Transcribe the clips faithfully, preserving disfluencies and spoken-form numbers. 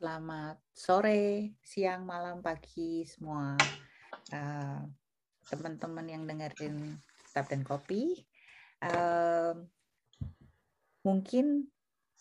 Selamat sore, siang, malam, pagi semua uh, teman-teman yang dengerin Kitab dan Kopi. Uh, mungkin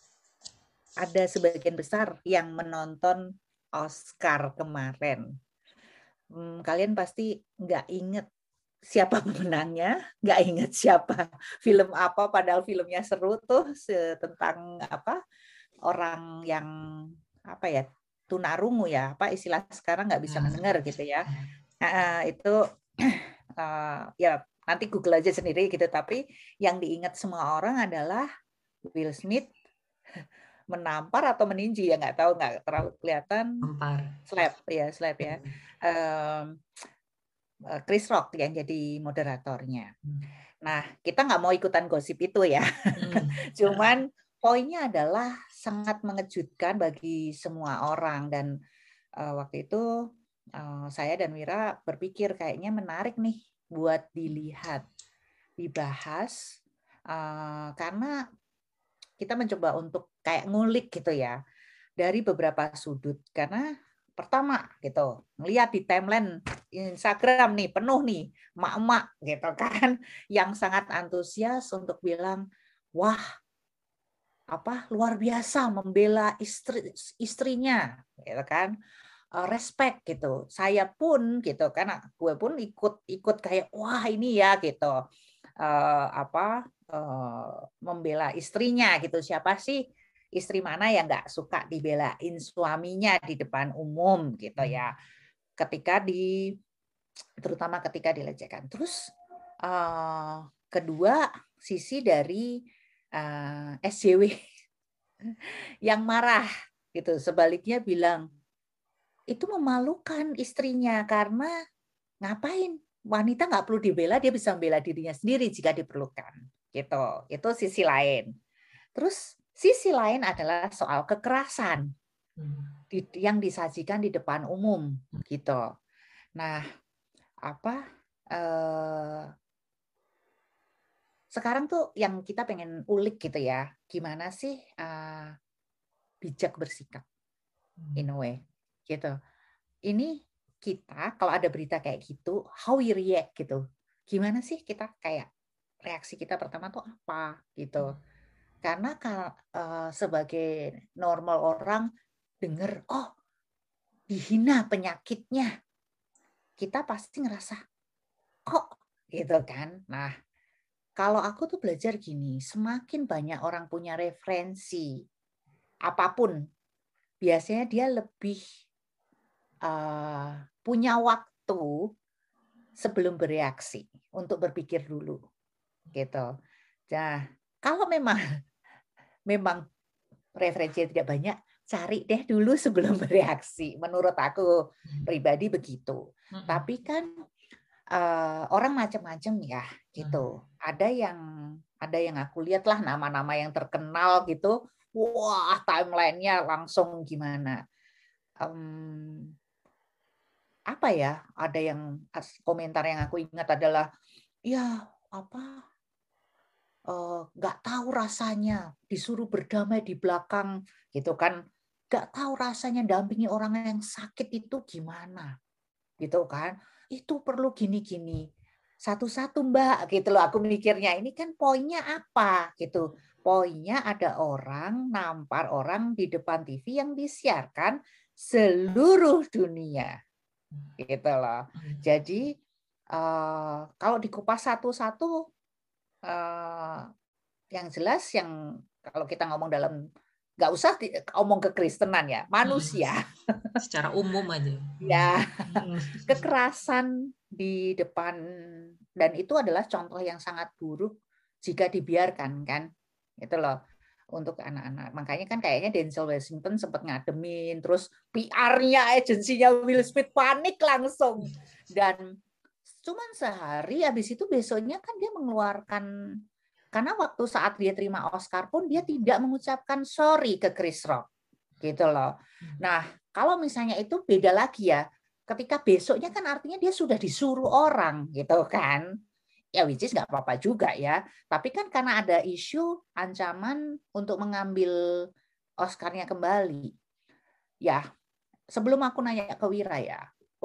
ada sebagian besar yang menonton Oscar kemarin. Hmm, kalian pasti nggak inget siapa pemenangnya, nggak inget siapa film apa, padahal filmnya seru tuh tentang apa orang yang apa ya tunarungu ya apa istilah sekarang nggak bisa mendengar gitu ya. Nah, itu uh, ya nanti Google aja sendiri gitu. Tapi yang diingat semua orang adalah Will Smith menampar atau meninju ya nggak tahu, nggak terlalu kelihatan. Nampar. Slap ya slap ya. Um, Chris Rock yang jadi moderatornya. Nah, kita nggak mau ikutan gosip itu ya. Hmm. Cuman poinnya adalah sangat mengejutkan bagi semua orang. Dan uh, waktu itu uh, saya dan Wira berpikir kayaknya menarik nih buat dilihat, dibahas, uh, karena kita mencoba untuk kayak ngulik gitu ya dari beberapa sudut. Karena pertama gitu, ngelihat di timeline Instagram nih penuh nih emak-emak gitu kan yang sangat antusias untuk bilang, wah apa luar biasa membela istri istrinya gitu kan, respect gitu. Saya pun gitu kan, gue pun ikut ikut kayak wah ini ya gitu uh, apa uh, membela istrinya gitu. Siapa sih istri mana yang nggak suka dibelain suaminya di depan umum gitu ya, ketika di terutama ketika dilecehkan. Terus uh, kedua sisi dari uh, S J W yang marah gitu, sebaliknya bilang itu memalukan istrinya karena ngapain wanita nggak perlu dibela, dia bisa membela dirinya sendiri jika diperlukan gitu. Itu sisi lain. Terus sisi lain adalah soal kekerasan yang disajikan di depan umum gitu. Nah, apa eh, sekarang tuh yang kita pengen ulik gitu ya, gimana sih uh, bijak bersikap in a way gitu. Ini kita kalau ada berita kayak gitu, how we react gitu. Gimana sih kita kayak reaksi kita pertama tuh apa gitu. Karena uh, sebagai normal orang denger, oh dihina penyakitnya, kita pasti ngerasa kok gitu kan. Nah, kalau aku tuh belajar gini, semakin banyak orang punya referensi apapun, biasanya dia lebih uh, punya waktu sebelum bereaksi untuk berpikir dulu, gitu. Nah, kalau memang memang referensinya tidak banyak, cari deh dulu sebelum bereaksi. Menurut aku pribadi begitu. Tapi kan uh, orang macam-macam ya, gitu. Ada yang ada yang aku lihat lah nama-nama yang terkenal gitu. Wah, timelinenya langsung gimana? Um, apa ya? Ada yang komentar yang aku ingat adalah, ya apa? Nggak uh, tahu rasanya disuruh berdamai di belakang, gitu kan? Nggak tahu rasanya dampingi orang yang sakit itu gimana, gitu kan? Itu perlu gini-gini. Satu-satu Mbak, gitu loh aku mikirnya. Ini kan poinnya apa gitu. Poinnya ada orang nampar orang di depan T V yang disiarkan seluruh dunia. Gitu loh. Jadi uh, kalau dikupas satu-satu, uh, yang jelas yang kalau kita ngomong dalam, nggak usah ngomong kekristenan ya, manusia. Secara umum aja. Ya, kekerasan di depan, dan itu adalah contoh yang sangat buruk jika dibiarkan kan, itu loh untuk anak-anak. Makanya kan kayaknya Denzel Washington sempat ngademin, terus P R-nya agensinya Will Smith panik langsung, dan cuman sehari habis itu besoknya kan dia mengeluarkan, karena waktu saat dia terima Oscar pun dia tidak mengucapkan sorry ke Chris Rock gitu loh. Nah, kalau misalnya itu beda lagi ya. Ketika besoknya kan artinya dia sudah disuruh orang gitu kan. Ya which is nggak apa-apa juga ya. Tapi kan karena ada isu ancaman untuk mengambil Oscar-nya kembali. Ya, sebelum aku nanya ke Wira ya,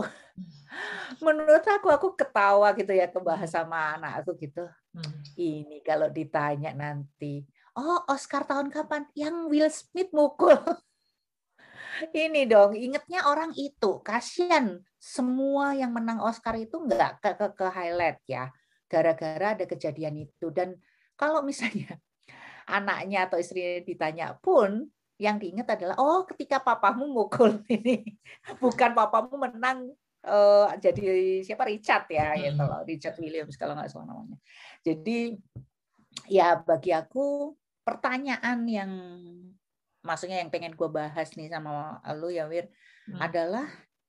menurut aku, aku ketawa gitu ya, kebahas Hmm. sama anak aku gitu. Hmm. Ini kalau ditanya nanti, oh Oscar tahun kapan? Yang Will Smith mukul. Ini dong, ingetnya orang itu. Kasian, semua yang menang Oscar itu nggak ke, ke, ke highlight ya. Gara-gara ada kejadian itu. Dan kalau misalnya anaknya atau istrinya ditanya pun, yang diingat adalah, oh ketika papamu mukul ini. Bukan papamu menang uh, jadi siapa Richard ya, gitu Hmm. loh. Richard Williams kalau nggak salah namanya. Jadi ya bagi aku pertanyaan yang maksudnya yang pengen gue bahas nih sama lu ya Wir, Hmm. adalah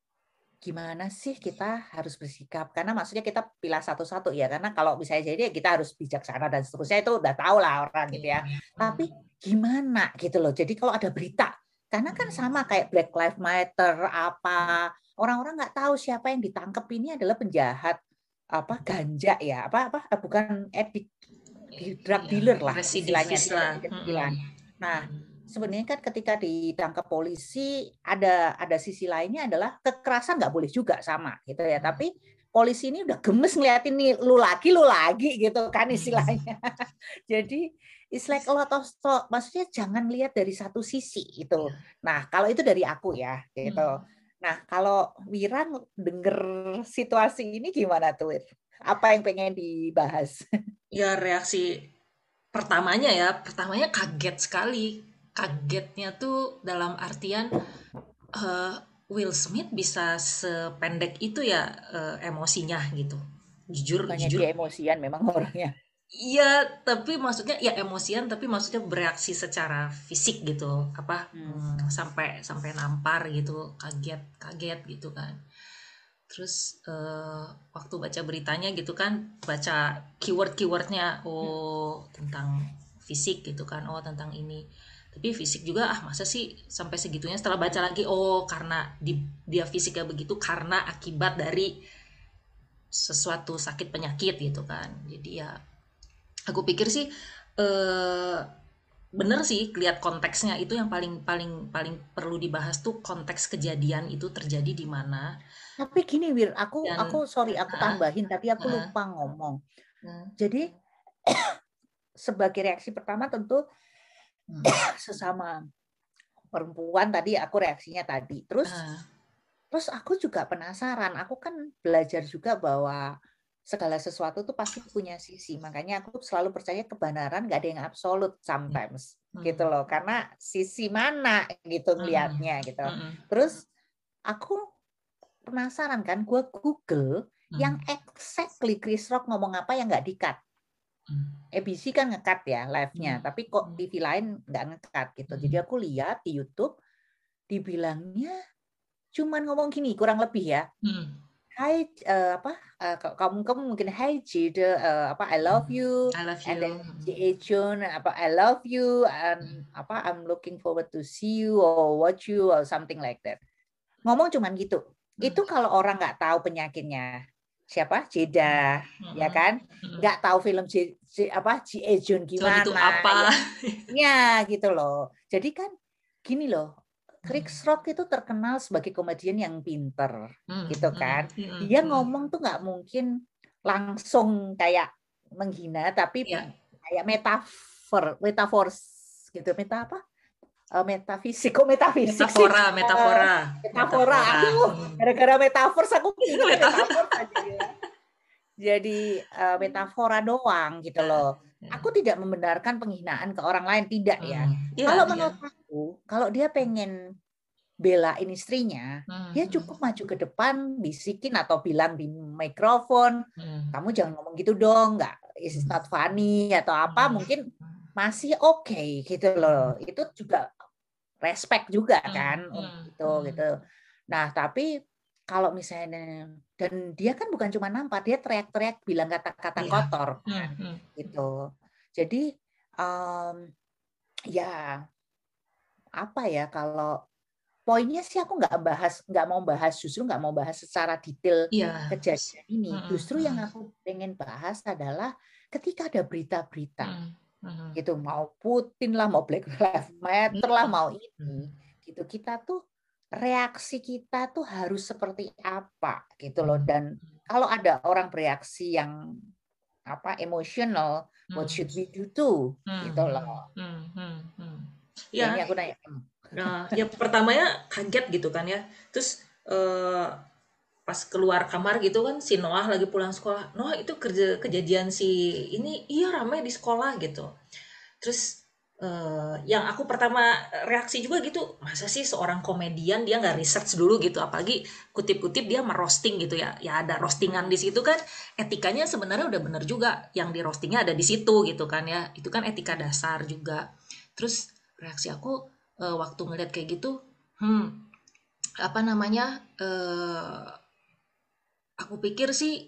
gimana sih kita harus bersikap, karena maksudnya kita pilih satu-satu ya, karena kalau misalnya jadi kita harus bijaksana dan seterusnya itu udah tahu lah orang gitu ya, tapi gimana gitu loh. Jadi kalau ada berita, karena kan sama kayak Black Lives Matter apa, orang-orang nggak tahu siapa yang ditangkap ini adalah penjahat apa ganja ya apa apa bukan edik di drug Iya, dealer lah istilahnya residivis dia ada lah. kecilan. Hmm. Nah, sebenarnya kan ketika ditangkap polisi ada ada sisi lainnya adalah kekerasan nggak boleh juga sama gitu ya. Tapi polisi ini udah gemes ngeliatin nih lu lagi lu lagi gitu kan istilahnya. Jadi it's like a lot of talk. Maksudnya jangan lihat dari satu sisi itu. Nah, kalau itu dari aku ya gitu. Nah, kalau Wira denger situasi ini gimana tuh? Wir? Apa yang pengen dibahas? Ya reaksi pertamanya ya, pertamanya kaget sekali. Kagetnya tuh dalam artian eh, Will Smith bisa sependek itu ya eh, emosinya gitu. Jujur, Bukannya jujur. dia emosian memang orangnya. Iya, tapi maksudnya ya emosian, tapi maksudnya bereaksi secara fisik gitu. Apa Hmm. hmm, sampai sampai nampar gitu, kaget, kaget gitu kan. Terus eh, waktu baca beritanya gitu kan, baca keyword-keywordnya, oh tentang fisik gitu kan, oh tentang ini. Tapi fisik juga ah masa sih sampai segitunya, setelah baca lagi oh karena di, dia fisiknya begitu karena akibat dari sesuatu sakit penyakit gitu kan. Jadi ya aku pikir sih eh, bener sih lihat konteksnya itu yang paling paling paling perlu dibahas tuh konteks kejadian itu terjadi di mana Tapi gini Wir, aku dan aku sorry aku uh, tambahin tadi aku uh, lupa ngomong. uh, Jadi sebagai reaksi pertama tentu uh, sesama perempuan tadi aku reaksinya tadi. Terus uh, terus aku juga penasaran. Aku kan belajar juga bahwa segala sesuatu tuh pasti punya sisi. Makanya aku selalu percaya kebenaran nggak ada yang absolut sometimes gitu loh. Karena sisi mana gitu ngelihatnya gitu. Terus aku penasaran kan, gue Google yang exactly Chris Rock ngomong apa yang nggak di-cut. A B C kan nge-cut ya live-nya, tapi kok T V lain nggak nge-cut gitu. Jadi aku lihat di YouTube, dibilangnya cuman ngomong gini, kurang lebih ya. Hai uh, apa uh, kamu kamu mungkin Hai Jade uh, apa I love you I love and you. then J Jun apa I love you and apa I'm looking forward to see you or watch you or something like that. Ngomong cuman gitu. Itu kalau orang nggak tahu penyakitnya siapa Jeda ya kan, nggak tahu film J, J, apa Ji Jun Cuman itu gimana apa? ya, ya gitu loh. Jadi kan gini loh, Chris Rock itu terkenal sebagai komedian yang pinter gitu kan. Dia ngomong tuh nggak mungkin langsung kayak menghina, tapi Ya, kayak metafor metafor gitu, meta apa metafisik kok metafisik sih metafora, uh, metafora, metafora metafora. aduh gara-gara metafor aku ingatnya Metafora. metafor aja ya. Jadi uh, metafora doang gitu loh. Aku tidak membenarkan penghinaan ke orang lain, tidak ya. Hmm. Ya, Kalau ya. menurut aku, kalau dia pengen belain istrinya, Hmm. dia cukup maju ke depan, bisikin atau bilang di mikrofon, Hmm. kamu jangan ngomong gitu dong, nggak, it's not funny atau apa, mungkin masih oke okay, gitu loh. Itu juga respect juga kan untuk itu gitu. Nah, tapi kalau misalnya dan dia kan bukan cuma nampar, dia teriak-teriak bilang kata-kata Ya. kotor kan Hmm. gitu. Jadi um, ya apa ya kalau poinnya sih aku nggak bahas, nggak mau bahas, justru nggak mau bahas secara detail Ya. kejadian ini. Hmm. Justru yang aku pengen bahas adalah ketika ada berita-berita Hmm. Hmm. gitu, mau Putin lah, mau Black Lives Matter lah, mau ini gitu, kita tuh reaksi kita tuh harus seperti apa gitu loh. Dan kalau ada orang bereaksi yang apa emotional, what should we do too gitu loh. Hmm, hmm, hmm. Ya, Ya, ini aku nanya. nah, ya pertamanya kaget gitu kan ya. Terus eh, pas keluar kamar gitu kan si Noah lagi pulang sekolah. Noah itu kerja kejadian si ini iya ramai di sekolah gitu. Terus eh, yang aku pertama reaksi juga gitu, masa sih seorang komedian dia nggak research dulu gitu, apalagi kutip-kutip dia merosting gitu ya, ya ada roastingan di situ kan, etikanya sebenarnya udah bener juga, yang di roastingnya ada di situ gitu kan ya, itu kan etika dasar juga. Terus reaksi aku eh, waktu ngeliat kayak gitu, hmm apa namanya, eh, aku pikir sih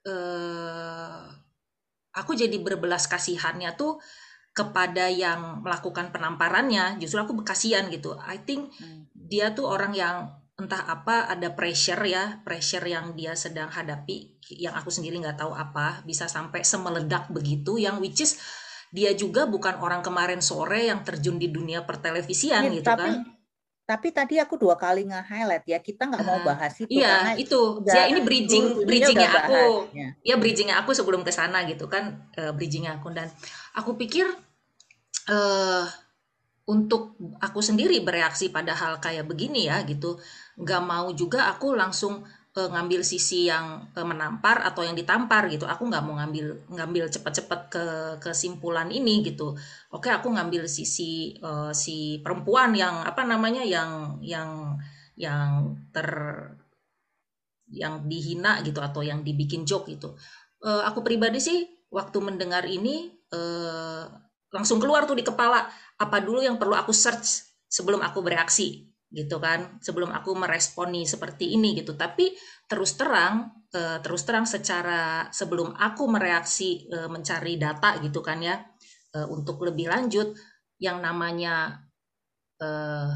eh, aku jadi berbelas kasihannya tuh kepada yang melakukan penamparannya, justru aku kasihan gitu. I think dia tuh orang yang entah apa ada pressure ya, pressure yang dia sedang hadapi, yang aku sendiri nggak tahu apa, bisa sampai semeledak begitu, yang which is dia juga bukan orang kemarin sore yang terjun di dunia pertelevisian Mir, gitu tapi kan. tapi tadi aku dua kali nge-highlight ya, kita nggak mau Ah, bahas itu iya karena itu udah ya, ini seluruh bridging dunia udah bridgingnya bahas. aku Ya. ya, bridgingnya aku sebelum ke sana gitu kan, eh, bridgingnya aku, dan aku pikir eh untuk aku sendiri bereaksi pada hal kayak begini ya gitu, nggak mau juga aku langsung eh, ngambil sisi yang eh, menampar atau yang ditampar gitu, aku nggak mau ngambil ngambil cepet-cepet ke kesimpulan ini gitu. Oke, aku ngambil sisi eh, si perempuan yang apa namanya, yang yang yang ter yang dihina gitu atau yang dibikin joke gitu. Eh, aku pribadi sih waktu mendengar ini eh, langsung keluar tuh di kepala, apa dulu yang perlu aku search sebelum aku bereaksi gitu kan, sebelum aku meresponi seperti ini gitu. Tapi terus terang eh, terus terang secara sebelum aku mereaksi eh, mencari data gitu kan ya, eh, untuk lebih lanjut, yang namanya eh,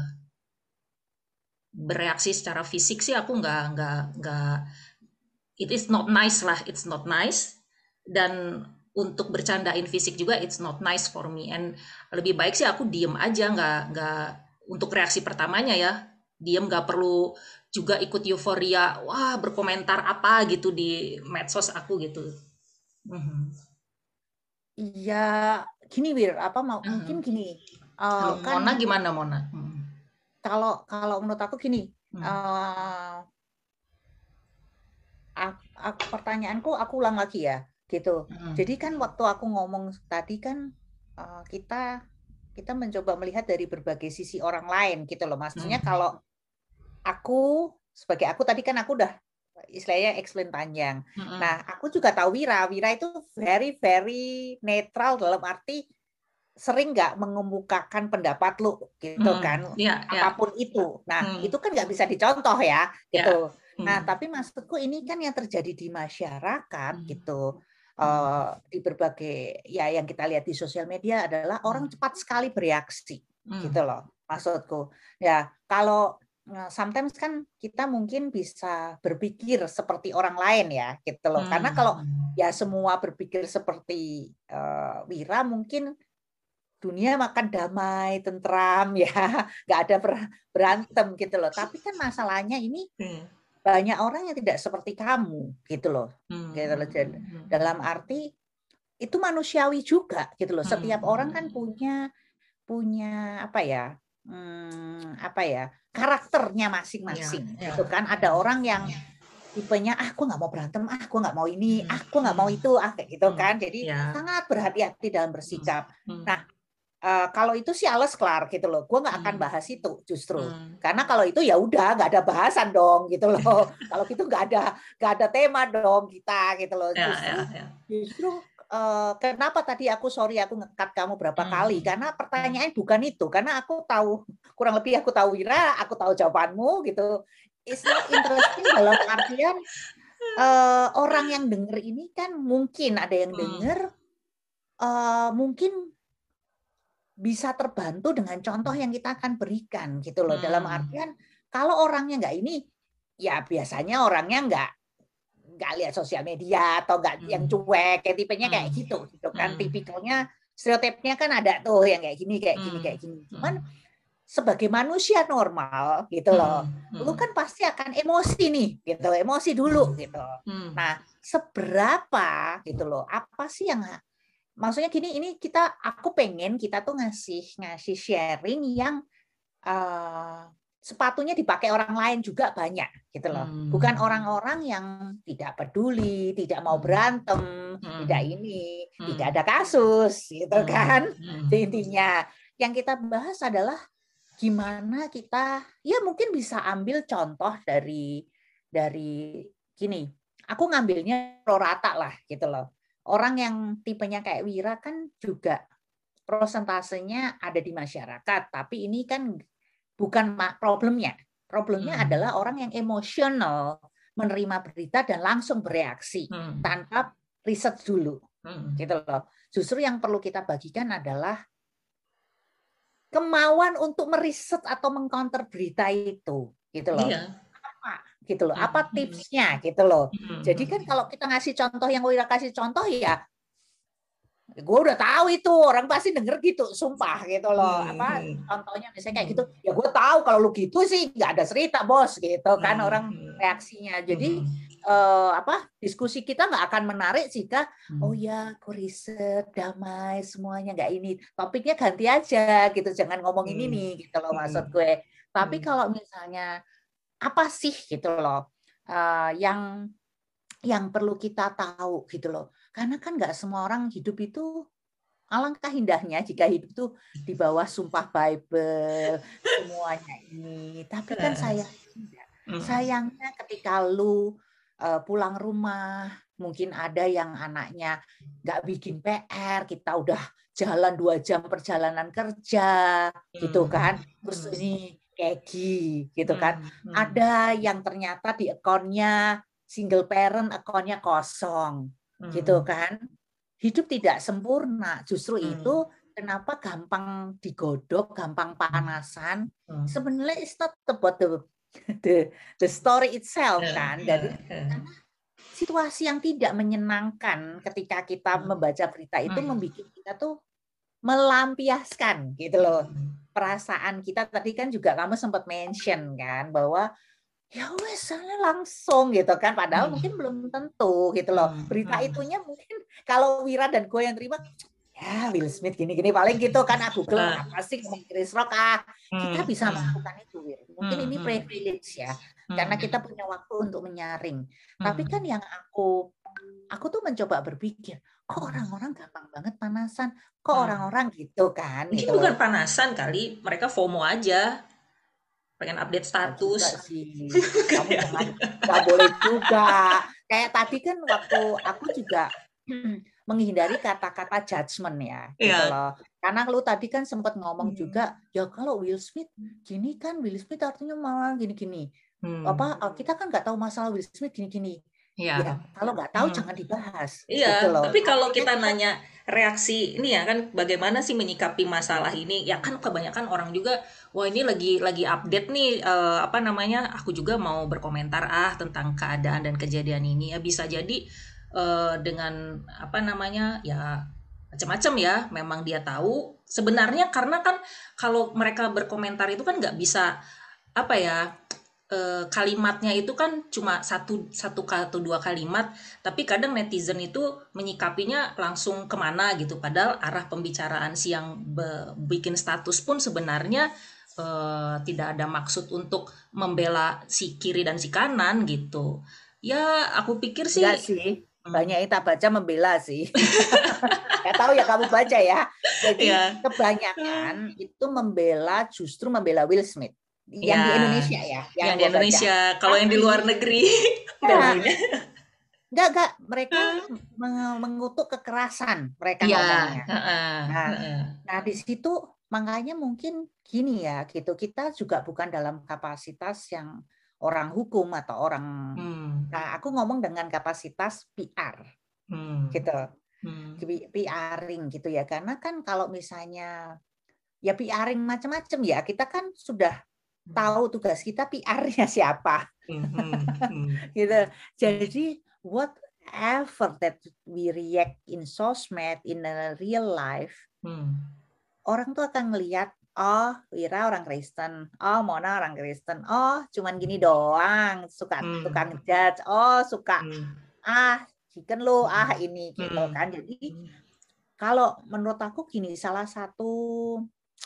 bereaksi secara fisik sih aku nggak nggak nggak it is not nice lah, it's not nice. Dan untuk bercandain fisik juga it's not nice for me, and lebih baik sih aku diem aja, nggak nggak untuk reaksi pertamanya ya, diem, nggak perlu juga ikut euforia wah berkomentar apa gitu di medsos aku gitu. Mhm. Iya, gini Wir, apa mau mungkin Mhm. gini, uh, Kalau kan Mona gimana Mona? Mhm. kalau kalau menurut aku gini, Mhm. uh, ak- ak- pertanyaanku aku ulang lagi ya, gitu. Mhm. Jadi kan waktu aku ngomong tadi kan uh, kita kita mencoba melihat dari berbagai sisi orang lain gitu loh. Maksudnya Mhm. kalau aku sebagai aku tadi kan aku udah istilahnya explain panjang. Mhm. Nah, aku juga tahu Wira. Wira itu very very netral dalam arti sering nggak mengemukakan pendapat lu gitu Mhm. kan, Ya, ya. apapun itu. Nah, Mhm. itu kan nggak bisa dicontoh ya Ya. gitu. Nah, Mhm. tapi maksudku ini kan yang terjadi di masyarakat Mhm. gitu. Mhm. Uh, di berbagai ya yang kita lihat di sosial media adalah orang cepat sekali bereaksi gitu Mhm. loh maksudku. Ya, kalau sometimes kan kita mungkin bisa berpikir seperti orang lain ya gitu loh. Karena kalau Mhm. ya semua berpikir seperti uh, Wira mungkin dunia makan damai, tentram ya, nggak ada berantem gitu loh. Tapi kan masalahnya ini Iya. banyak orang yang tidak seperti kamu gitu loh. Gitu loh. Mhm. Dalam arti itu manusiawi juga gitu loh. Setiap orang kan Mhm. punya punya apa ya? Hmm, apa ya? Karakternya Ya, masing-masing ya. gitu kan. Ada orang yang tipenya ah aku nggak mau berantem, ah aku nggak mau ini, Mhm. ah aku nggak mau itu, ah kayak gitu Mhm. kan. Jadi Ya. sangat berhati-hati dalam bersikap. Mhm. Nah, Uh, kalau itu sih alles kelar gitu loh, gue nggak akan Mhm. bahas itu justru, Mhm. karena kalau itu ya udah nggak ada bahasan dong gitu loh. Kalau gitu nggak ada nggak ada tema dong kita gitu loh. Ya, Justru ya, ya. justru uh, kenapa tadi aku sorry aku nge-cut kamu berapa kali, Mhm. karena pertanyaan bukan itu, karena aku tahu kurang lebih aku tahu Wira, aku tahu jawabanmu gitu. It's not interesting dalam artian uh, orang yang denger ini kan mungkin ada yang denger uh, mungkin bisa terbantu dengan contoh yang kita akan berikan gitu loh. Dalam Mhm. artian kalau orangnya nggak ini, ya biasanya orangnya nggak nggak lihat sosial media atau nggak yang Mhm. cuek, kayak tipenya kayak Mhm. gitu gitu kan. Mhm. Tipikalnya stereotipnya kan ada tuh yang kayak gini kayak gini Mhm. kayak gini. Cuman Mhm. sebagai manusia normal gitu loh, Hmm. lu kan pasti akan emosi nih, gitu, emosi dulu gitu. Hmm. Nah, seberapa gitu loh, apa sih yang maksudnya gini, ini kita aku pengen kita tuh ngasih ngasih sharing yang uh, sepatunya dipakai orang lain juga banyak gitu loh. Hmm. Bukan orang-orang yang tidak peduli, tidak mau berantem, Hmm. tidak ini, Hmm. tidak ada kasus gitu Hmm. kan. Hmm. Jadi intinya yang kita bahas adalah gimana kita, ya mungkin bisa ambil contoh dari dari gini. Aku ngambilnya prorata lah gitu loh. Orang yang tipenya kayak Wira kan juga prosentasenya ada di masyarakat, tapi ini kan bukan problemnya. Problemnya hmm. adalah orang yang emosional, menerima berita dan langsung bereaksi hmm. tanpa riset dulu. Hmm. Gitu loh. Justru yang perlu kita bagikan adalah kemauan untuk meriset atau mengcounter berita itu, gitu loh. Iya. Apa gitu loh? Apa tipsnya gitu loh. Jadi kan kalau kita ngasih contoh yang Wira kasih contoh ya gue udah tahu itu orang pasti denger gitu, sumpah gitu loh. Apa contohnya misalnya kayak gitu, ya gue tahu kalau lu gitu sih nggak ada cerita bos gitu kan orang reaksinya. Jadi eh, apa diskusi kita nggak akan menarik jika oh ya gue riset damai semuanya nggak ini, topiknya ganti aja gitu, jangan ngomongin ini gitu loh maksud gue. Tapi kalau misalnya apa sih gitu loh uh, yang yang perlu kita tahu gitu loh. Karena kan nggak semua orang hidup itu, alangkah indahnya jika hidup itu di bawah sumpah Bible semuanya ini. Tapi kan sayangnya, sayangnya ketika lu uh, pulang rumah, mungkin ada yang anaknya nggak bikin P R, kita udah jalan dua jam perjalanan kerja, gitu kan. Terus ini kegi, gitu kan. Ada yang ternyata di akunnya single parent, akunnya kosong, hmm. gitu kan. Hidup tidak sempurna. Justru hmm. itu kenapa gampang digodok, gampang panasan. Hmm. Sebenarnya it's not about the, the, the story itself kan. Dari karena situasi yang tidak menyenangkan ketika kita membaca berita itu hmm. membuat kita tuh melampiaskan gitu loh. Perasaan kita tadi kan juga kamu sempat mention kan bahwa ya wes langsung gitu kan, padahal hmm. mungkin belum tentu gitu loh. Berita hmm. itunya mungkin kalau Wira dan gue yang terima, ya Will Smith gini-gini paling gitu kan, aku Google uh. apa sih ngomong Chris Rock ah. Kita bisa melakukan itu, Wir. Mungkin hmm. ini privilege ya, hmm. karena kita punya waktu untuk menyaring. Hmm. Tapi kan yang aku aku tuh mencoba berpikir, kok orang-orang gampang banget panasan, kok orang-orang hmm. gitu kan. Mungkin gitu bukan loh. Panasan kali, mereka FOMO aja. Pengen update status sih. Kamu jangan nggak boleh juga. Kayak tadi kan waktu aku juga menghindari kata-kata judgement ya, gitu yeah. loh. Karena lu tadi kan sempat ngomong hmm. juga, ya kalau Will Smith gini kan, Will Smith artinya malah gini-gini. Hmm. Apa kita kan nggak tahu masalah Will Smith gini-gini. Ya, ya kalau nggak tahu hmm. jangan dibahas. Iya, gitu loh. Tapi kalau kita nanya reaksi ini ya kan, bagaimana sih menyikapi masalah ini? Ya kan kebanyakan orang juga, wah ini lagi lagi update nih, uh, apa namanya? Aku juga mau berkomentar ah tentang keadaan dan kejadian ini. Ya bisa jadi uh, dengan apa namanya ya macam-macam ya. Memang dia tahu. Sebenarnya karena kan kalau mereka berkomentar itu kan nggak bisa apa ya? E, kalimatnya itu kan cuma satu satu atau dua kalimat, tapi kadang netizen itu menyikapinya langsung kemana gitu, padahal arah pembicaraan si yang be, bikin status pun sebenarnya e, tidak ada maksud untuk membela si kiri dan si kanan gitu. Ya aku pikir sih enggak sih, banyak yang tak baca membela sih. Gak tahu ya kamu baca ya. Jadi yeah. kebanyakan itu membela, justru membela Will Smith. Yang ya, di Indonesia ya, yang, yang di Indonesia. Baca. Kalau yang di luar negeri, ya, enggak enggak mereka mengutuk kekerasan mereka ya, ngomongnya. Uh, uh, nah, uh. nah di situ makanya mungkin gini ya, gitu kita juga bukan dalam kapasitas yang orang hukum atau orang. Hmm. Nah aku ngomong dengan kapasitas P R, hmm. gitu, hmm. PRing gitu ya. Karena kan kalau misalnya ya PRing macam-macam ya, kita kan sudah tahu tugas kita P R-nya siapa, mm-hmm. gitu. Jadi whatever that we react in sosmed, in a real life, mm. orang tuh akan melihat oh Wira orang Kristen, oh Mona orang Kristen, oh cuman gini doang, suka Hmm. tukang judge, oh suka Hmm. ah chicken lo, ah Hmm. ini gitu Hmm. kan. Jadi Hmm. kalau menurut aku gini, salah satu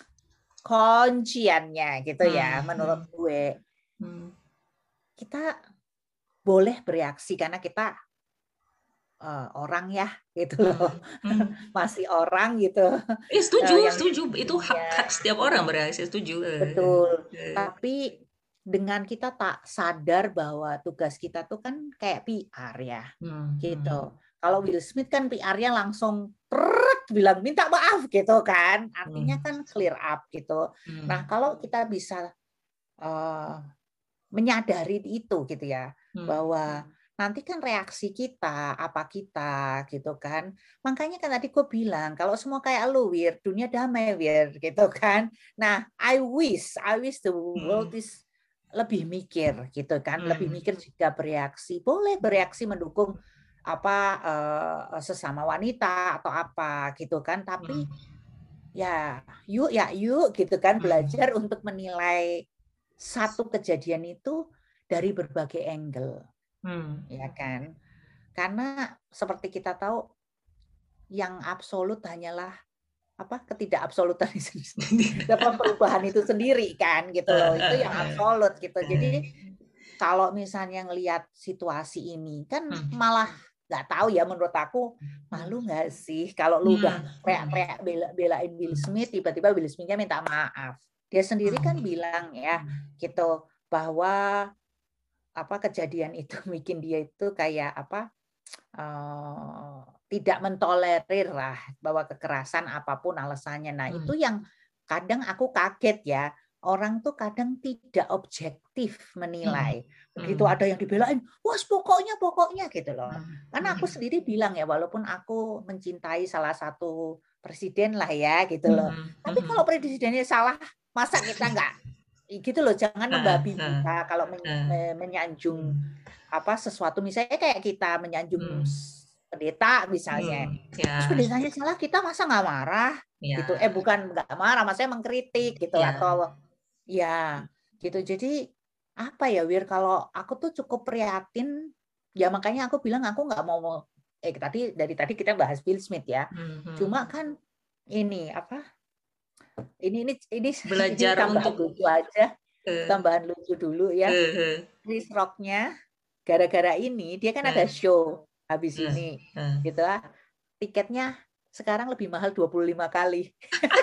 kunciannya gitu ya, Hmm. menurut gue, Hmm. kita boleh bereaksi karena kita uh, orang ya gitu loh, Hmm. masih orang gitu. Eh, setuju, Uh, yang setuju. Itu hak, ya, hak setiap orang bereaksi, setuju. betul. Eh. Tapi dengan kita tak sadar bahwa tugas kita tuh kan kayak P R ya, Hmm. gitu. Kalau Will Smith kan P R-nya langsung prrrt, bilang minta maaf gitu kan, artinya kan clear up gitu. Hmm. Nah kalau kita bisa uh, menyadari itu gitu ya, Hmm. bahwa nanti kan reaksi kita, apa kita gitu kan. Makanya kan tadi gue bilang, kalau semua kayak lu, Wir, dunia damai, Wir, gitu kan. Nah, I wish, I wish the world is lebih mikir gitu kan, lebih mikir juga bereaksi. Boleh bereaksi mendukung apa uh, sesama wanita atau apa gitu kan, tapi ya yuk ya yuk gitu kan, belajar untuk menilai satu kejadian itu dari berbagai angle. Hmm. Ya kan, karena seperti kita tahu yang absolut hanyalah apa ketidakabsolutan itu sendiri, dapat perubahan itu sendiri kan gitu loh, itu yang absolut gitu. Jadi kalau misalnya ngelihat situasi ini kan malah nggak tahu ya, menurut aku malu nggak sih kalau lu udah teriak-teriak belain Will Smith, tiba-tiba Will Smith-nya minta maaf. Dia sendiri kan bilang ya gitu bahwa apa kejadian itu bikin dia itu kayak apa uh, tidak mentolerir lah bahwa kekerasan apapun alasannya. Nah, hmm. itu yang kadang aku kaget ya. Orang tuh kadang tidak objektif menilai. Begitu hmm. ada yang dibelain, wah pokoknya pokoknya gitu loh. Karena aku sendiri bilang ya, walaupun aku mencintai salah satu presiden lah ya gitu loh. Hmm. Tapi kalau presidennya salah, masa kita enggak gitu loh, jangan membabi buta kalau men menyanjung apa sesuatu, misalnya kayak kita menyanjung hmm. pendeta misalnya, hmm. ya. Terus pendetanya salah, kita masa nggak marah ya. Gitu, eh bukan nggak marah, maksudnya mengkritik gitu ya. Atau ya gitu. Jadi apa ya Wir, kalau aku tuh cukup prihatin ya, makanya aku bilang aku nggak mau eh tadi dari tadi kita bahas Will Smith ya, hmm. cuma kan ini apa ini ini ini belajar ini tambahan untuk lucu aja, uh, tambahan lucu dulu ya. Uh, uh. Chris Rock-nya gara-gara ini dia kan uh. ada show habis uh. ini uh. gitu lah. Tiketnya sekarang lebih mahal dua puluh lima kali.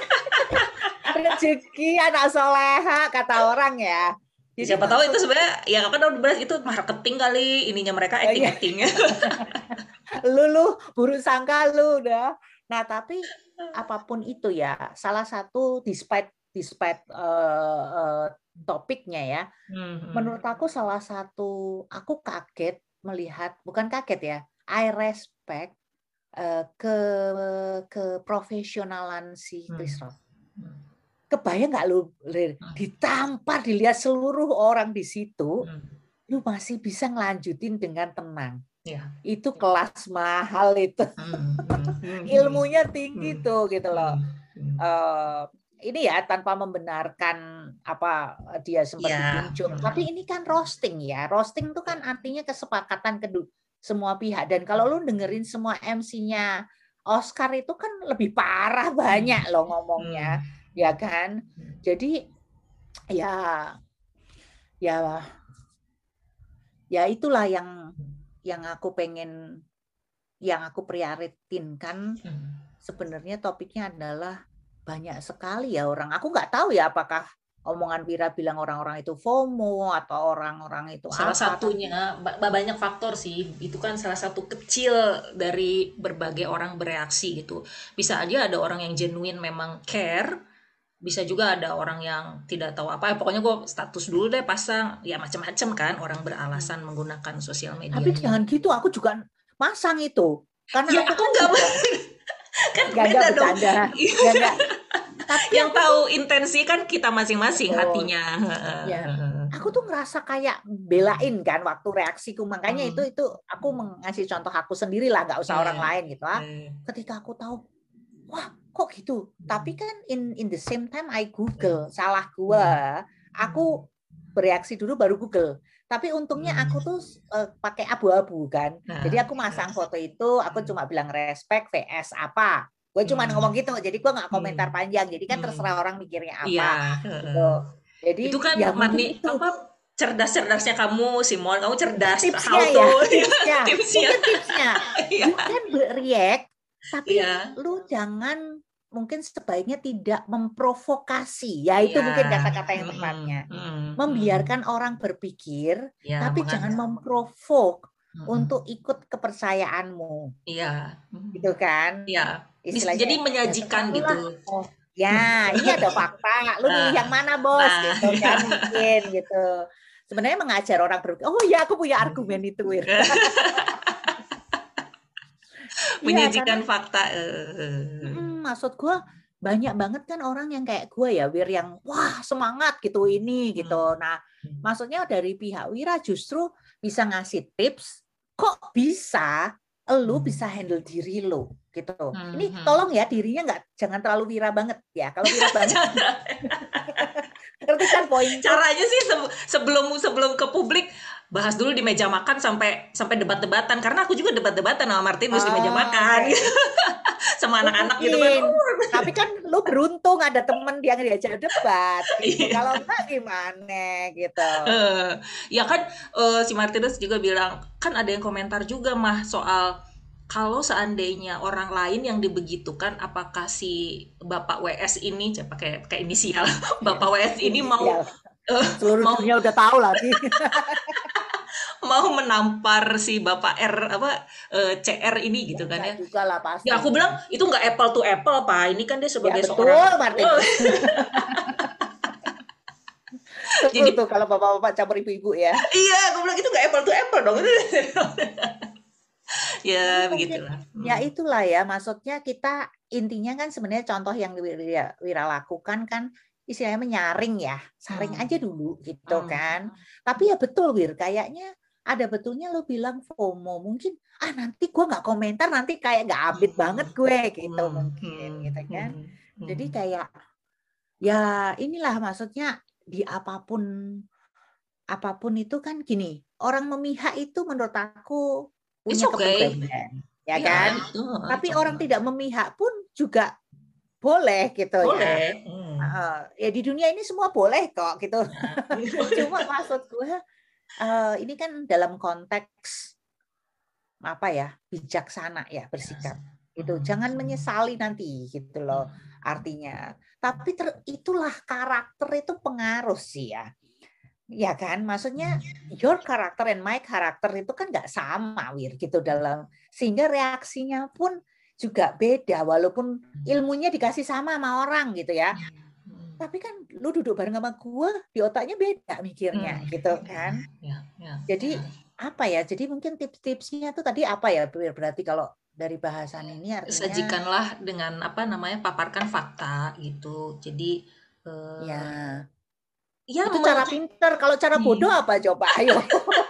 Rezeki anak soleha kata orang ya. Jadi siapa tahu itu sebenarnya ya kan udah itu marketing kali, ininya mereka acting-actingnya. lu lu buruk sangka lu udah. Nah, tapi apapun itu ya, salah satu despite despite uh, uh, topiknya ya, hmm. menurut aku salah satu aku kaget melihat, bukan kaget ya, I respect uh, ke ke profesionalan si Chris Rock. Hmm. Kebayang nggak lu ditampar, dilihat seluruh orang di situ, hmm. lu masih bisa ngelanjutin dengan tenang. Ya. Itu kelas mahal itu. Hmm. Ilmunya tinggi hmm. tuh gitu loh. Hmm. Uh, ini ya tanpa membenarkan apa dia sempat ya. Dibuncung. Hmm. Tapi ini kan roasting ya. Roasting itu kan artinya kesepakatan kedua semua pihak. Dan kalau lu dengerin semua M C-nya Oscar itu kan lebih parah banyak hmm. loh ngomongnya. Hmm. Ya kan? Jadi ya ya ya itulah yang yang aku pengen, yang aku prioritinkan. Sebenarnya topiknya adalah banyak sekali ya orang. Aku nggak tahu ya apakah omongan Wira bilang orang-orang itu FOMO atau orang-orang itu salah apa. Satunya tapi banyak faktor sih. Itu kan salah satu kecil dari berbagai orang bereaksi gitu. Bisa aja ada orang yang genuine memang care. Bisa juga ada orang yang tidak tahu apa, pokoknya gue status dulu deh pasang, ya macam-macam kan orang beralasan hmm. menggunakan sosial media. Tapi jangan gitu, aku juga masang itu, karena ya, aku, aku kan nggak kan gak, beda gak dong. Ya, gak. Tapi yang tahu tuh, intensi kan kita masing-masing oh, hatinya. Ya. Aku tuh ngerasa kayak belain kan waktu reaksiku, makanya hmm. itu itu aku mengasih contoh aku sendiri lah, nggak usah hmm. orang lain gitu ah. Hmm. Ketika aku tahu, wah kok gitu. Tapi kan in in the same time I Google, salah gua. Aku bereaksi dulu baru Google. Tapi untungnya aku tuh uh, pakai abu-abu kan. Jadi aku masang foto itu, aku cuma bilang respect V S apa. Gue cuma ngomong gitu. Jadi gue nggak komentar panjang. Jadi kan terserah orang mikirnya apa. Iya. Gitu. Jadi Itu kan ya mungkin mani itu. apa cerdas-cerdasnya kamu, Simon. Kamu cerdas. Tipsnya How ya, to tipsnya. tipsnya. Mungkin tipsnya. You can react, tapi Iya. lu jangan, mungkin sebaiknya tidak memprovokasi. Ya itu Iya. mungkin kata-kata yang Mm-mm, tepatnya. mm-mm, Membiarkan orang berpikir, Ya, tapi mengan- jangan memprovok Mm-mm. untuk ikut kepercayaanmu. Iya. Gitu kan? Iya. Bis- Istilahnya Jadi ya menyajikan terserah lu gitu. lah. Oh, ya, ini ada fakta. Lu milih Nah, yang mana, Bos? nah. Gitu kan mungkin gitu. Sebenarnya mengajar orang berpikir, oh ya aku punya argumen itu, Wir. Menyajikan Iya, karena fakta. eh. mm, maksud gue banyak banget kan orang yang kayak gue ya, Wir, yang wah semangat gitu ini gitu. Nah, maksudnya dari pihak Wira justru bisa ngasih tips, kok bisa lu bisa handle diri lu gitu. Ini tolong ya dirinya nggak, jangan terlalu Wira banget ya. Kalau Wira banget, ngerti kan poin? Caranya sih se- sebelum sebelum ke publik bahas dulu di meja makan sampai sampai debat-debatan, karena aku juga debat-debatan sama Martinus di meja Oh, makan okay. sama anak-anak gitu kan. Tapi kan lu beruntung ada temen yang diajak debat gitu. Kalau enggak gimana gitu. Eh, ya kan eh, si Martinus juga bilang kan ada yang komentar juga mah soal kalau seandainya orang lain yang dibegitukan, apakah si Bapak W S ini, coba pakai pakai inisial Bapak W S ini mau eh, Seluruh mau dunia udah tahu lagi. mau menampar si Bapak R apa eh, C R ini gitu kan ya. Enggak juga lah pasti. Ya aku bilang itu nggak apple to apple Pak. Ini kan dia sebagai Ya betul, seorang Martinus. Jadi tuh kalau bapak-bapak campur ibu-ibu ya. iya, aku bilang itu nggak apple to apple dong. Ya begitulah. Ya itulah ya, maksudnya kita intinya kan sebenarnya contoh yang Wira, Wira lakukan kan istilahnya menyaring ya, saring Hmm. aja dulu gitu Hmm. kan. Tapi ya betul Wir, kayaknya ada betulnya lo bilang FOMO, mungkin ah nanti gue nggak komentar, nanti kayak nggak update Hmm. banget gue gitu Hmm. mungkin Hmm. gitu kan. Hmm. Jadi kayak ya inilah maksudnya di apapun apapun itu kan gini, orang memihak itu menurut aku It's punya okay. kepribadian, ya Iya, kan? itu, Tapi itu. orang tidak memihak pun juga boleh gitu ya. Boleh. Hmm. Uh, ya di dunia ini semua boleh kok gitu. Cuma maksud gue uh, ini kan dalam konteks apa ya, bijaksana ya bersikap. Gitu. Jangan menyesali nanti gitu loh artinya. Tapi ter, itulah karakter itu pengaruh sih ya. Ya kan, maksudnya your character and my character itu kan nggak sama Wir gitu dalam, sehingga reaksinya pun juga beda walaupun ilmunya dikasih sama sama orang gitu ya. Tapi kan lu duduk bareng sama gua di otaknya beda mikirnya hmm. gitu kan. Ya, ya, Jadi ya. apa ya? Jadi mungkin tips-tipsnya tuh tadi apa ya? Berarti kalau dari bahasan ini artinya sajikanlah dengan apa namanya paparkan fakta gitu. Jadi eh, ya. Ya, itu cara pinter. Kalau cara bodoh apa coba? Ayo.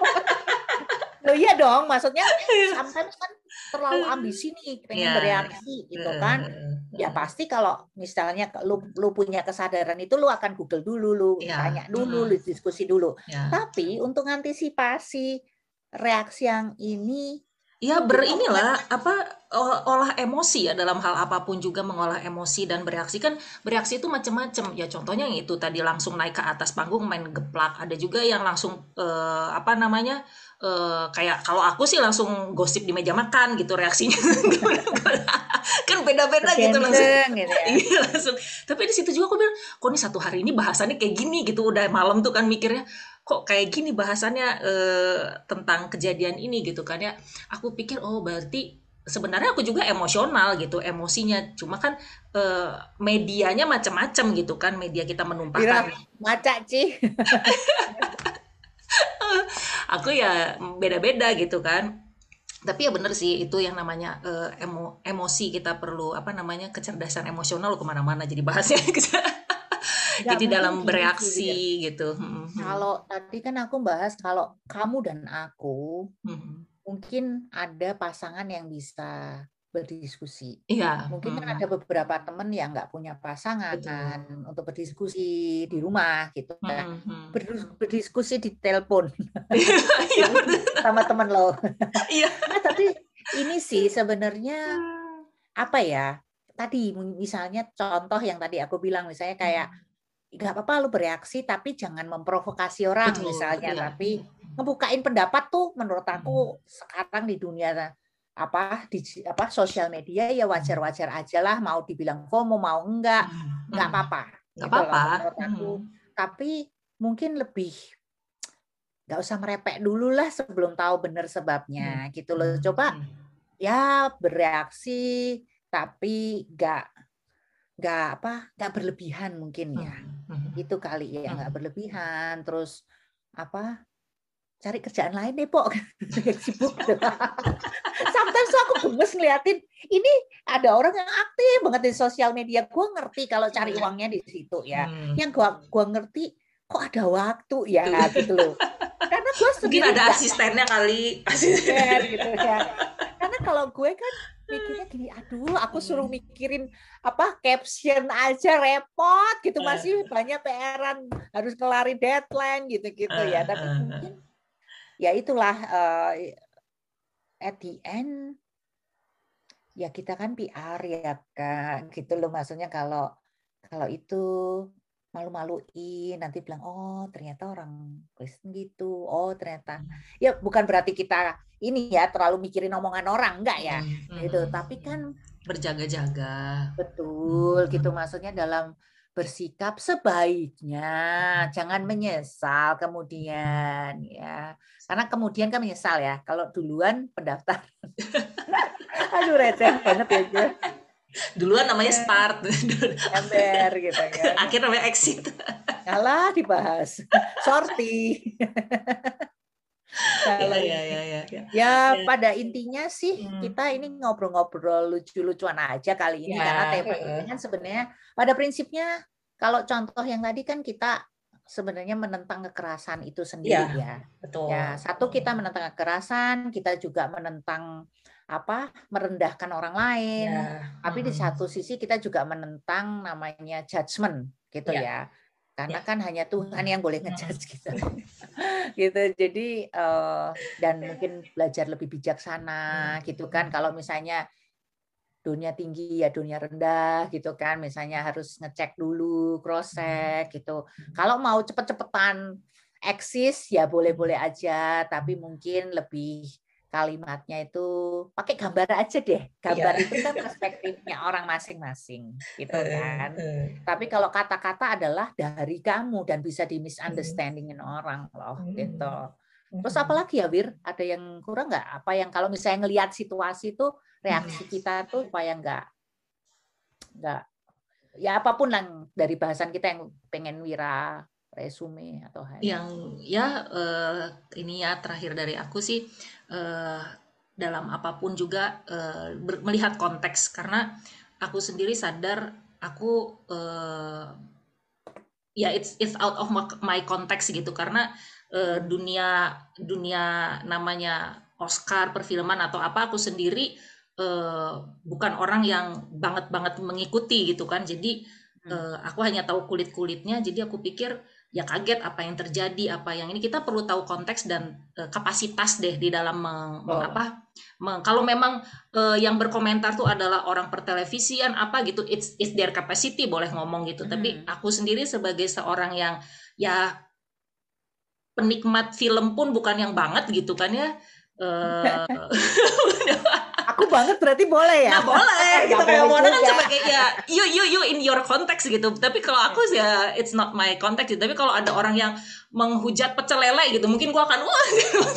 Loh iya dong, maksudnya sometimes kan terlalu ambisi nih, pengen yeah. bereaksi gitu kan. Ya pasti kalau misalnya lu, lu punya kesadaran itu lu akan Google dulu, lu yeah. tanya dulu, lu diskusi dulu. Yeah. Tapi untuk antisipasi reaksi yang ini, ya berinilah apa olah emosi ya, dalam hal apapun juga mengolah emosi dan bereaksi kan. Bereaksi itu macam-macam ya, contohnya yang itu tadi langsung naik ke atas panggung main geplak, ada juga yang langsung eh, apa namanya eh, kayak kalau aku sih langsung gosip di meja makan gitu reaksinya. Kan beda-beda gitu langsung. Gitu ya. Iya langsung. Tapi di situ juga aku bilang kok nih satu hari ini bahasannya kayak gini gitu, udah malam tuh kan mikirnya kok kayak gini bahasannya eh, tentang kejadian ini gitu kan ya. Aku pikir oh berarti sebenarnya aku juga emosional gitu emosinya, cuma kan eh, medianya macam-macam gitu kan, media kita menumpahkan. Maca Ci. Aku ya beda-beda gitu kan. Tapi ya bener sih itu yang namanya uh, emo, emosi, kita perlu apa namanya kecerdasan emosional kemana-mana jadi bahasnya. Jadi dalam bereaksi sih, gitu. Kalau tadi kan aku bahas kalau kamu dan aku hmm. mungkin ada pasangan yang bisa berdiskusi. Iya. Mungkin kan Hmm. ada beberapa teman yang nggak punya pasangan Betul. untuk berdiskusi di rumah gitu kan. Hmm, hmm. Berdis- Berdiskusi di telepon Iya gitu betul. sama teman lo. Iya. Nah, tapi ini sih sebenarnya apa ya? Tadi misalnya contoh yang tadi aku bilang misalnya kayak nggak apa-apa lu bereaksi tapi jangan memprovokasi orang Betul, misalnya, iya. tapi ngebukain pendapat tuh menurut Hmm. aku sekarang di dunia apa di apa sosial media ya wajar-wajar aja lah, mau dibilang FOMO mau enggak Hmm. nggak Hmm. apa-apa Nggak gitu loh apa-apa. menurut aku. Hmm. Tapi mungkin lebih nggak usah merepek dulu lah sebelum tahu benar sebabnya gitu loh. Coba ya bereaksi tapi nggak nggak apa nggak berlebihan mungkin ya. Itu kali ya, nggak berlebihan. Terus apa cari kerjaan lain deh Pok, sibuk. Sometimes aku gemes ngeliatin ini ada orang yang aktif banget di sosial media. Gue ngerti kalau cari uangnya di situ ya. Yang gue gua ngerti kok ada waktu ya gitu loh. Karena gue Mungkin sendiri ada nggak asistennya kali. asisten gitu ya. Karena kalau gue kan mikirnya gini, aduh aku suruh mikirin apa caption aja repot gitu, masih banyak P R-an harus kelari deadline gitu-gitu ya. Tapi mungkin ya itulah uh, at the end ya kita kan P R ya Kak, gitu loh maksudnya. Kalau kalau itu malu-maluin nanti bilang oh ternyata orang Kristen gitu, oh ternyata ya bukan berarti kita ini ya terlalu mikirin omongan orang, enggak ya gitu, tapi kan berjaga-jaga. Betul gitu, maksudnya dalam bersikap sebaiknya jangan menyesal kemudian ya, karena kemudian kan menyesal ya kalau duluan pendaftar. Aduh receh banget ya gue. Duluan namanya start, ember gitu kan. Akhir namanya exit. Kalah dibahas, sorti. Kalau ya, ya, ini ya, ya, ya. ya Ya. pada intinya sih Hmm. kita ini ngobrol-ngobrol lucu-lucuan aja kali ini Ya, karena tema uh. ini kan sebenarnya pada prinsipnya kalau contoh yang tadi kan kita sebenarnya menentang kekerasan itu sendiri ya. Ya, betul. Ya, satu kita menentang kekerasan, kita juga menentang apa merendahkan orang lain. Ya. Tapi di Hmm. satu sisi kita juga menentang namanya judgement gitu ya. Ya. Karena Ya. kan hanya Tuhan yang boleh ngejudge gitu. Gitu. Jadi uh, dan mungkin belajar lebih bijaksana gitu kan. Kalau misalnya dunia tinggi ya dunia rendah gitu kan. Misalnya harus ngecek dulu, cross check gitu. Kalau mau cepet-cepetan eksis ya boleh-boleh aja, tapi mungkin lebih kalimatnya itu pakai gambar aja deh. Gambar ya. itu kan perspektifnya orang masing-masing gitu kan. Uh, uh. Tapi kalau kata-kata adalah dari kamu dan bisa di misunderstandingin orang loh gitu. Terus apalagi ya Wir? Ada yang kurang nggak? Apa yang kalau misalnya ngelihat situasi itu reaksi kita tuh supaya nggak nggak ya apapun yang dari bahasan kita yang pengen Wira resume atau yang ya uh, ini ya terakhir dari aku sih uh, dalam apapun juga uh, ber, melihat konteks, karena aku sendiri sadar aku uh, ya it's it's out of my, my context gitu, karena uh, dunia dunia namanya Oscar perfilman atau apa aku sendiri uh, bukan orang yang banget banget mengikuti gitu kan, jadi uh, aku hanya tahu kulit kulitnya, jadi aku pikir ya kaget apa yang terjadi, apa yang ini kita perlu tahu konteks dan uh, kapasitas deh di dalam meng, meng, apa meng, kalau memang uh, yang berkomentar tuh adalah orang pertelevisian apa gitu, it's it's their capacity boleh ngomong gitu, hmm. Tapi aku sendiri sebagai seorang yang ya penikmat film pun bukan yang banget gitu kan ya. Uh, aku banget berarti boleh ya? Nah boleh, gitu kayak Mona kan sebagai ya you you you in your context gitu. Tapi kalau aku sih ya it's not my context gitu. Tapi kalau ada orang yang menghujat pecel lele gitu, mungkin gua akan wah.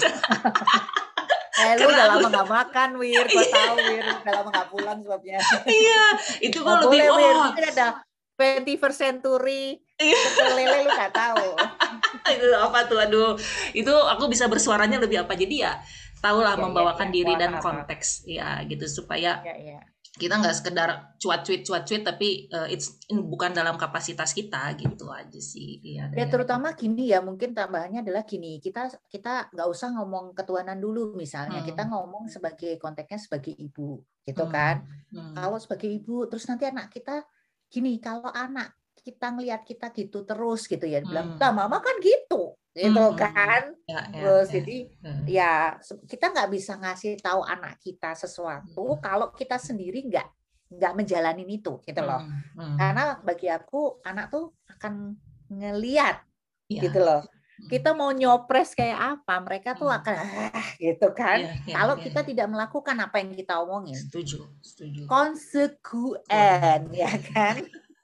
Eh lu udah lama nggak makan Wir, gua tahu Wir udah lama nggak pulang sebabnya. Iya, itu gua lebih boleh, oh. Wir, mungkin ada twenty-first century pecel lele lu nggak tahu. Itu apa tuh, aduh. Itu aku bisa bersuaranya lebih apa, jadi ya tahulah ya, membawakan ya, ya, diri dan apa, konteks apa. Ya gitu supaya ya, ya. kita nggak sekedar cuat-cuit cuat-cuit, tapi uh, it's bukan dalam kapasitas kita gitu aja sih. Iya, Ya ya. terutama gini ya, mungkin tambahannya adalah gini, kita kita nggak usah ngomong ketuhanan dulu misalnya, kita Hmm. ngomong sebagai konteksnya sebagai ibu, gitu Hmm. kan. Hmm. Kalau sebagai ibu, terus nanti anak kita gini, kalau anak kita ngelihat kita gitu terus gitu ya, bilang, Hmm. "Lah mama kan gitu," gitu Hmm. kan. Ya, ya, Terus ya. jadi Hmm. ya kita nggak bisa ngasih tahu anak kita sesuatu kalau kita sendiri nggak nggak menjalanin itu, gitu loh. Hmm. Hmm. Karena bagi aku anak tuh akan ngeliat Ya. gitu loh. Kita mau nyopres kayak apa, mereka tuh Hmm. akan ah, gitu kan. Ya, ya, Kalau ya. kita tidak melakukan apa yang kita omongin. Setuju, setuju. Konsekuen, ya kan.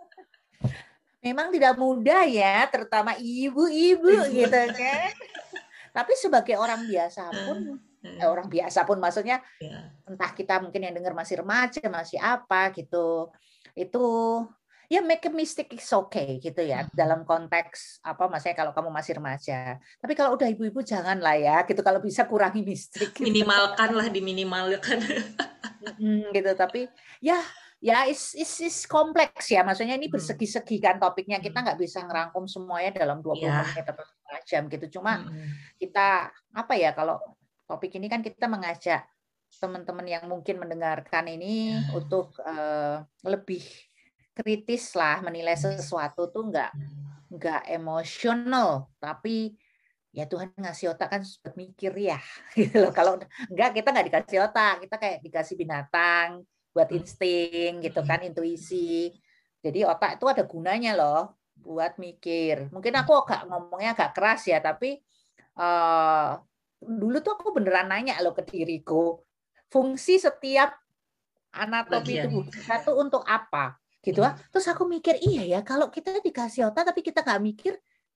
Memang tidak mudah ya, terutama ibu-ibu gitu kan. Tapi sebagai orang biasa pun, eh, orang biasa pun maksudnya, Ya. entah kita mungkin yang dengar masih remaja, masih apa gitu, itu ya make a mistake is okay gitu ya, Hmm. dalam konteks apa, maksudnya kalau kamu masih remaja. Tapi kalau udah ibu-ibu janganlah ya, gitu, kalau bisa kurangi mistake gitu. Minimalkan lah, diminimalkan. Mm, gitu, tapi ya ya is, is, is kompleks ya, maksudnya ini bersegi-segi kan topiknya, kita nggak bisa ngerangkum semuanya dalam dua puluh Ya. menit atau setengah jam gitu. Cuma Hmm. kita apa ya, kalau topik ini kan kita mengajak teman-teman yang mungkin mendengarkan ini Ya. untuk uh, lebih kritis lah menilai sesuatu tuh nggak nggak emosional, tapi ya Tuhan ngasih otak kan buat mikir ya, gitu loh. Kalau enggak, kita nggak dikasih otak, kita kayak dikasih binatang buat insting gitu kan, intuisi. Jadi otak itu ada gunanya loh buat mikir. Mungkin aku agak ngomongnya agak keras ya, tapi uh, dulu tuh aku beneran nanya loh ke diriku, fungsi setiap anatomi Bagian. tubuh kita tuh untuk apa? Gitu ah. Terus aku mikir, iya ya, kalau kita dikasih otak tapi kita nggak mikir,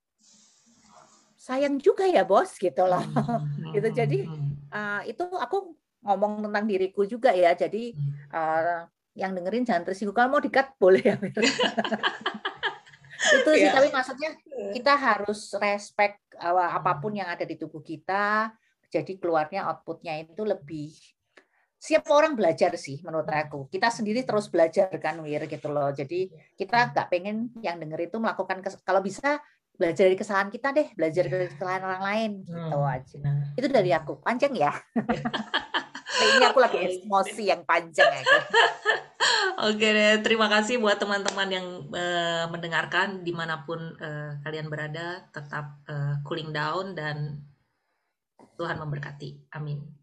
sayang juga ya bos gitu loh. Hmm. Gitu. Jadi uh, itu aku ngomong tentang diriku juga ya. Jadi uh, yang dengerin jangan tersinggung. Kalau mau di-cut boleh ya. Itu sih, Ya. tapi maksudnya kita harus respect uh, apapun yang ada di tubuh kita. Jadi keluarnya outputnya itu lebih. Siap orang belajar sih menurut aku. Kita sendiri terus belajar kan Wir gitu loh. Jadi kita nggak pengen yang denger itu melakukan kes- kalau bisa belajar dari kesalahan kita deh, belajar dari kesalahan orang lain gitu Hmm. aja. Itu dari aku. Panjang ya. Ini aku lagi emosi yang panjang aku. Oke deh, terima kasih buat teman-teman yang uh, mendengarkan dimanapun uh, kalian berada, tetap uh, cooling down dan Tuhan memberkati. Amin.